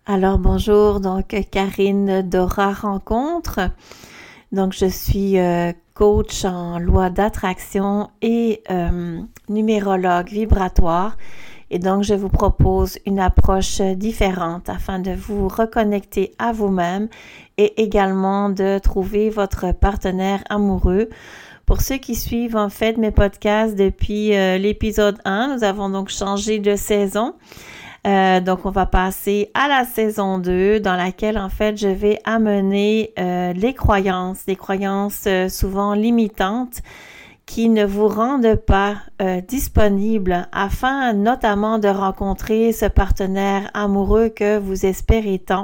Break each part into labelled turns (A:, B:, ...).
A: Alors bonjour, donc Karine d'Aura Rencontre. Donc je suis coach en loi d'attraction et numérologue vibratoire. Et donc je vous propose une approche différente afin de vous reconnecter à vous-même et également de trouver votre partenaire amoureux. Pour ceux qui suivent en fait mes podcasts depuis l'épisode 1, nous avons donc changé de saison. Donc, on va passer à la saison 2 dans laquelle, en fait, je vais amener des croyances souvent limitantes qui ne vous rendent pas disponible afin notamment de rencontrer ce partenaire amoureux que vous espérez tant.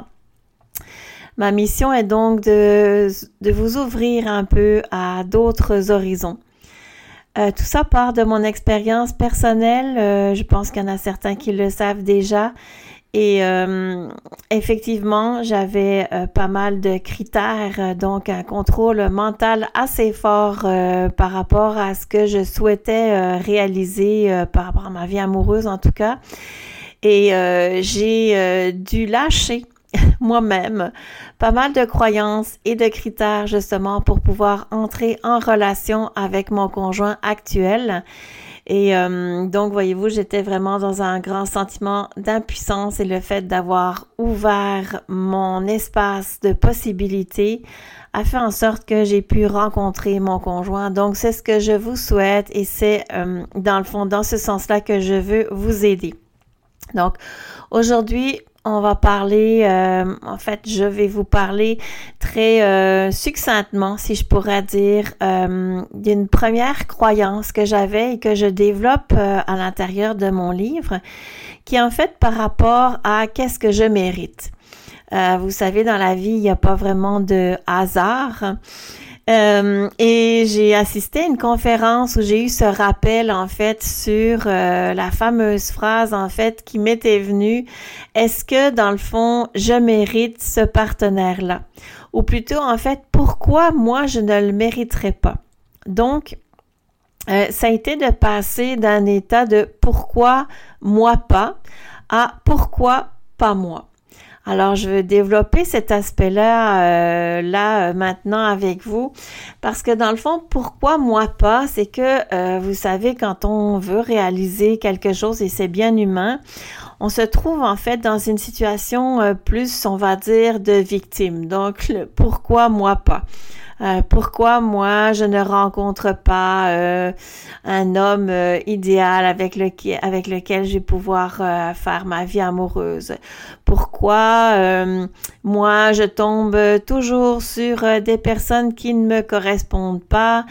A: Ma mission est donc de vous ouvrir un peu à d'autres horizons. Tout ça part de mon expérience personnelle. Je pense qu'il y en a certains qui le savent déjà. Et effectivement, j'avais pas mal de critères, donc un contrôle mental assez fort par rapport à ce que je souhaitais réaliser par rapport à ma vie amoureuse en tout cas. Et j'ai dû lâcher moi-même pas mal de croyances et de critères justement pour pouvoir entrer en relation avec mon conjoint actuel. Et donc, voyez-vous, j'étais vraiment dans un grand sentiment d'impuissance et le fait d'avoir ouvert mon espace de possibilités a fait en sorte que j'ai pu rencontrer mon conjoint. Donc, c'est ce que je vous souhaite et c'est dans le fond, dans ce sens-là que je veux vous aider. Donc, aujourd'hui, on va parler, je vais vous parler très succinctement, si je pourrais dire, d'une première croyance que j'avais et que je développe à l'intérieur de mon livre, qui est en fait par rapport à qu'est-ce que je mérite. Vous savez, dans la vie, il n'y a pas vraiment de hasard. Et j'ai assisté à une conférence où j'ai eu ce rappel en fait sur la fameuse phrase en fait qui m'était venue: est-ce que dans le fond je mérite ce partenaire-là? Ou plutôt en fait pourquoi moi je ne le mériterais pas? Donc ça a été de passer d'un état de pourquoi moi pas à pourquoi pas moi. Alors, je veux développer cet aspect-là maintenant avec vous parce que dans le fond, pourquoi moi pas? C'est que, vous savez, quand on veut réaliser quelque chose et c'est bien humain, on se trouve en fait dans une situation plus, on va dire, de victime. Donc, pourquoi moi pas? Pourquoi moi je ne rencontre pas un homme idéal avec lequel je vais pouvoir faire ma vie amoureuse? Pourquoi moi je tombe toujours sur des personnes qui ne me correspondent pas?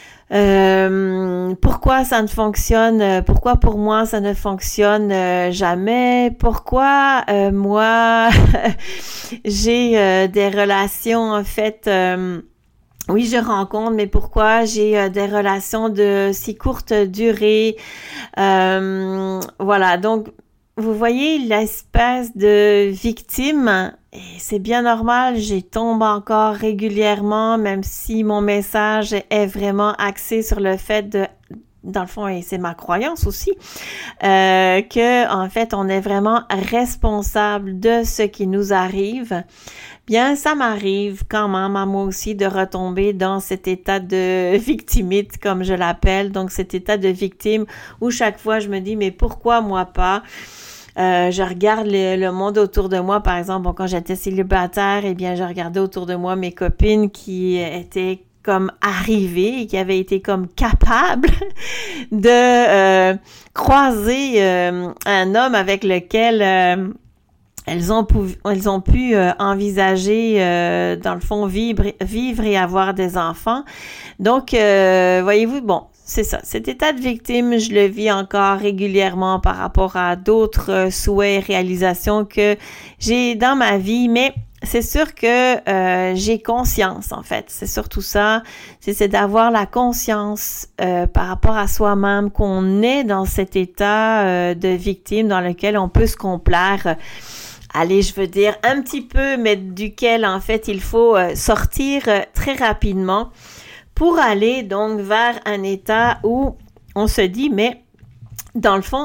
A: Pourquoi ça ne fonctionne? Pourquoi pour moi ça ne fonctionne jamais? Pourquoi moi j'ai des relations en fait oui, je rencontre, mais pourquoi j'ai des relations de si courte durée? Voilà, donc vous voyez l'espèce de victime, et c'est bien normal, j'y tombe encore régulièrement, même si mon message est vraiment axé sur le fait de, dans le fond, et c'est ma croyance aussi, que en fait, on est vraiment responsable de ce qui nous arrive. Bien, ça m'arrive quand même à moi aussi de retomber dans cet état de victimite, comme je l'appelle, donc cet état de victime où chaque fois je me dis mais pourquoi moi pas? Je regarde le monde autour de moi, par exemple, quand j'étais célibataire, eh bien je regardais autour de moi mes copines qui étaient comme arrivées et qui avaient été comme capables de croiser un homme avec lequel elles ont pu envisager, dans le fond, vivre et avoir des enfants. Donc, voyez-vous, bon, c'est ça. Cet état de victime, je le vis encore régulièrement par rapport à d'autres souhaits et réalisations que j'ai dans ma vie, mais c'est sûr que j'ai conscience, en fait. C'est surtout ça. C'est d'avoir la conscience par rapport à soi-même qu'on est dans cet état de victime dans lequel on peut se complaire. Allez, je veux dire un petit peu, mais duquel, en fait, il faut sortir très rapidement pour aller donc vers un état où on se dit, mais dans le fond,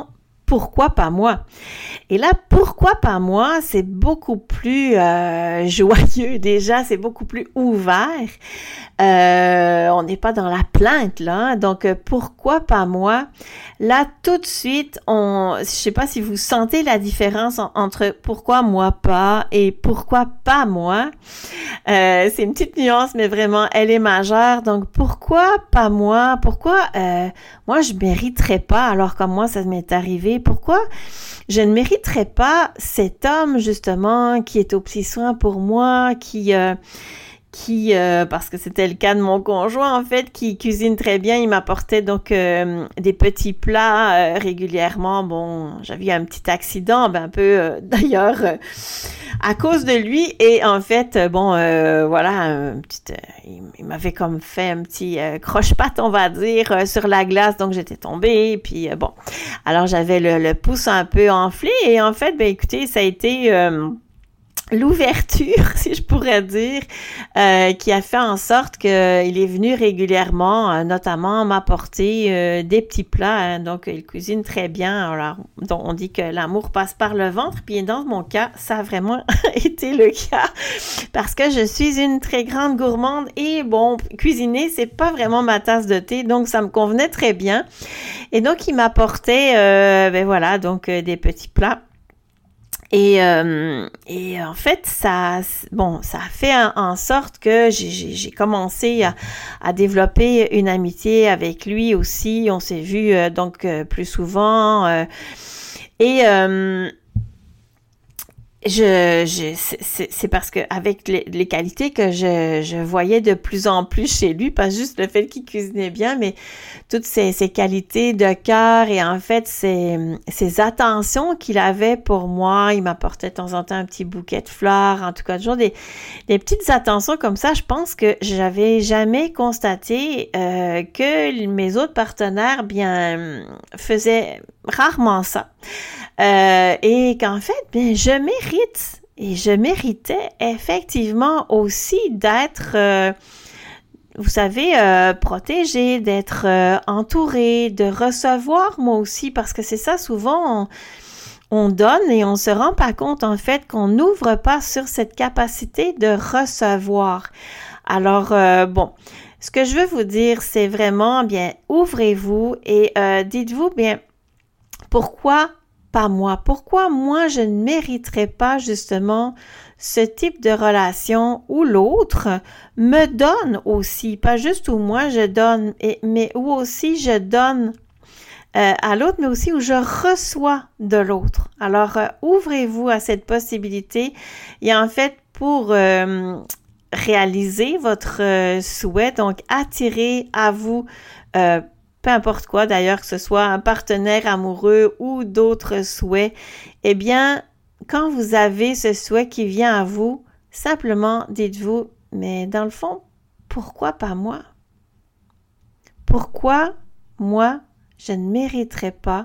A: pourquoi pas moi? Et là, pourquoi pas moi? C'est beaucoup plus joyeux déjà, c'est beaucoup plus ouvert. On n'est pas dans la plainte là, donc pourquoi pas moi? Là, tout de suite, je sais pas si vous sentez la différence entre pourquoi moi pas et pourquoi pas moi. C'est une petite nuance, mais vraiment, elle est majeure. Donc, pourquoi pas moi? Pourquoi moi, je mériterais pas, alors comme moi, ça m'est arrivé. Pourquoi je ne mériterais pas cet homme, justement, qui est au petit soin pour moi, qui parce que c'était le cas de mon conjoint, en fait, qui cuisine très bien. Il m'apportait donc des petits plats régulièrement. Bon, j'avais eu un petit accident, un peu d'ailleurs à cause de lui. Et en fait, voilà, il m'avait comme fait un petit croche-patte, on va dire, sur la glace. Donc, j'étais tombée. Puis, bon, alors j'avais le pouce un peu enflé. Et en fait, écoutez, ça a été l'ouverture, si je pourrais dire, qui a fait en sorte qu'il est venu régulièrement, notamment m'apporter des petits plats. Hein, donc, il cuisine très bien. Alors, on dit que l'amour passe par le ventre. Puis, dans mon cas, ça a vraiment été le cas parce que je suis une très grande gourmande et bon, cuisiner, c'est pas vraiment ma tasse de thé. Donc, ça me convenait très bien. Et donc, il m'apportait, des petits plats. Et en fait, ça a fait en sorte que j'ai commencé à développer une amitié avec lui aussi. On s'est vu plus souvent c'est parce que avec les qualités que je voyais de plus en plus chez lui, pas juste le fait qu'il cuisinait bien, mais toutes ces qualités de cœur et en fait ces attentions qu'il avait pour moi. Il m'apportait de temps en temps un petit bouquet de fleurs, en tout cas toujours des petites attentions comme ça. Je pense que j'avais jamais constaté que mes autres partenaires faisaient rarement ça. Et qu'en fait, je mérite et je méritais effectivement aussi d'être, vous savez, protégée, d'être entourée, de recevoir moi aussi, parce que c'est ça, souvent, on donne et on se rend pas compte, en fait, qu'on n'ouvre pas sur cette capacité de recevoir. Alors, ce que je veux vous dire, c'est vraiment, ouvrez-vous et dites-vous, pourquoi pas moi? Pourquoi moi, je ne mériterais pas justement ce type de relation où l'autre me donne aussi, pas juste où moi je donne, mais où aussi je donne à l'autre, mais aussi où je reçois de l'autre. Alors, ouvrez-vous à cette possibilité et en fait, pour réaliser votre souhait, donc attirer à vous peu importe quoi d'ailleurs, que ce soit un partenaire amoureux ou d'autres souhaits, quand vous avez ce souhait qui vient à vous, simplement dites-vous, mais dans le fond, pourquoi pas moi? Pourquoi moi, je ne mériterais pas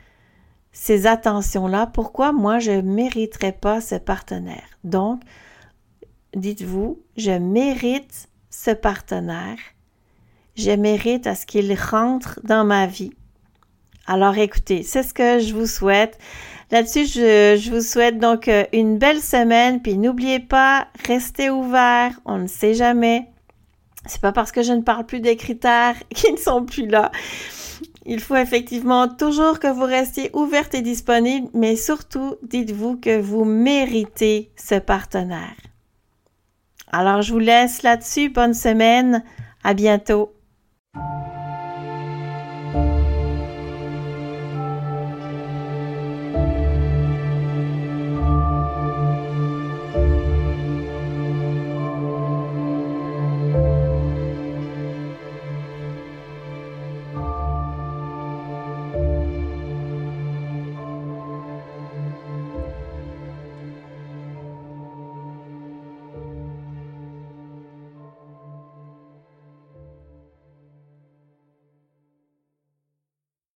A: ces attentions-là? Pourquoi moi, je ne mériterais pas ce partenaire? Donc, dites-vous, je mérite ce partenaire. Je mérite à ce qu'il rentre dans ma vie. Alors écoutez, c'est ce que je vous souhaite. Là-dessus, je vous souhaite donc une belle semaine. Puis n'oubliez pas, restez ouverts. On ne sait jamais. C'est pas parce que je ne parle plus des critères qui ne sont plus là. Il faut effectivement toujours que vous restiez ouverte et disponible, mais surtout, dites-vous que vous méritez ce partenaire. Alors, je vous laisse là-dessus. Bonne semaine. À bientôt.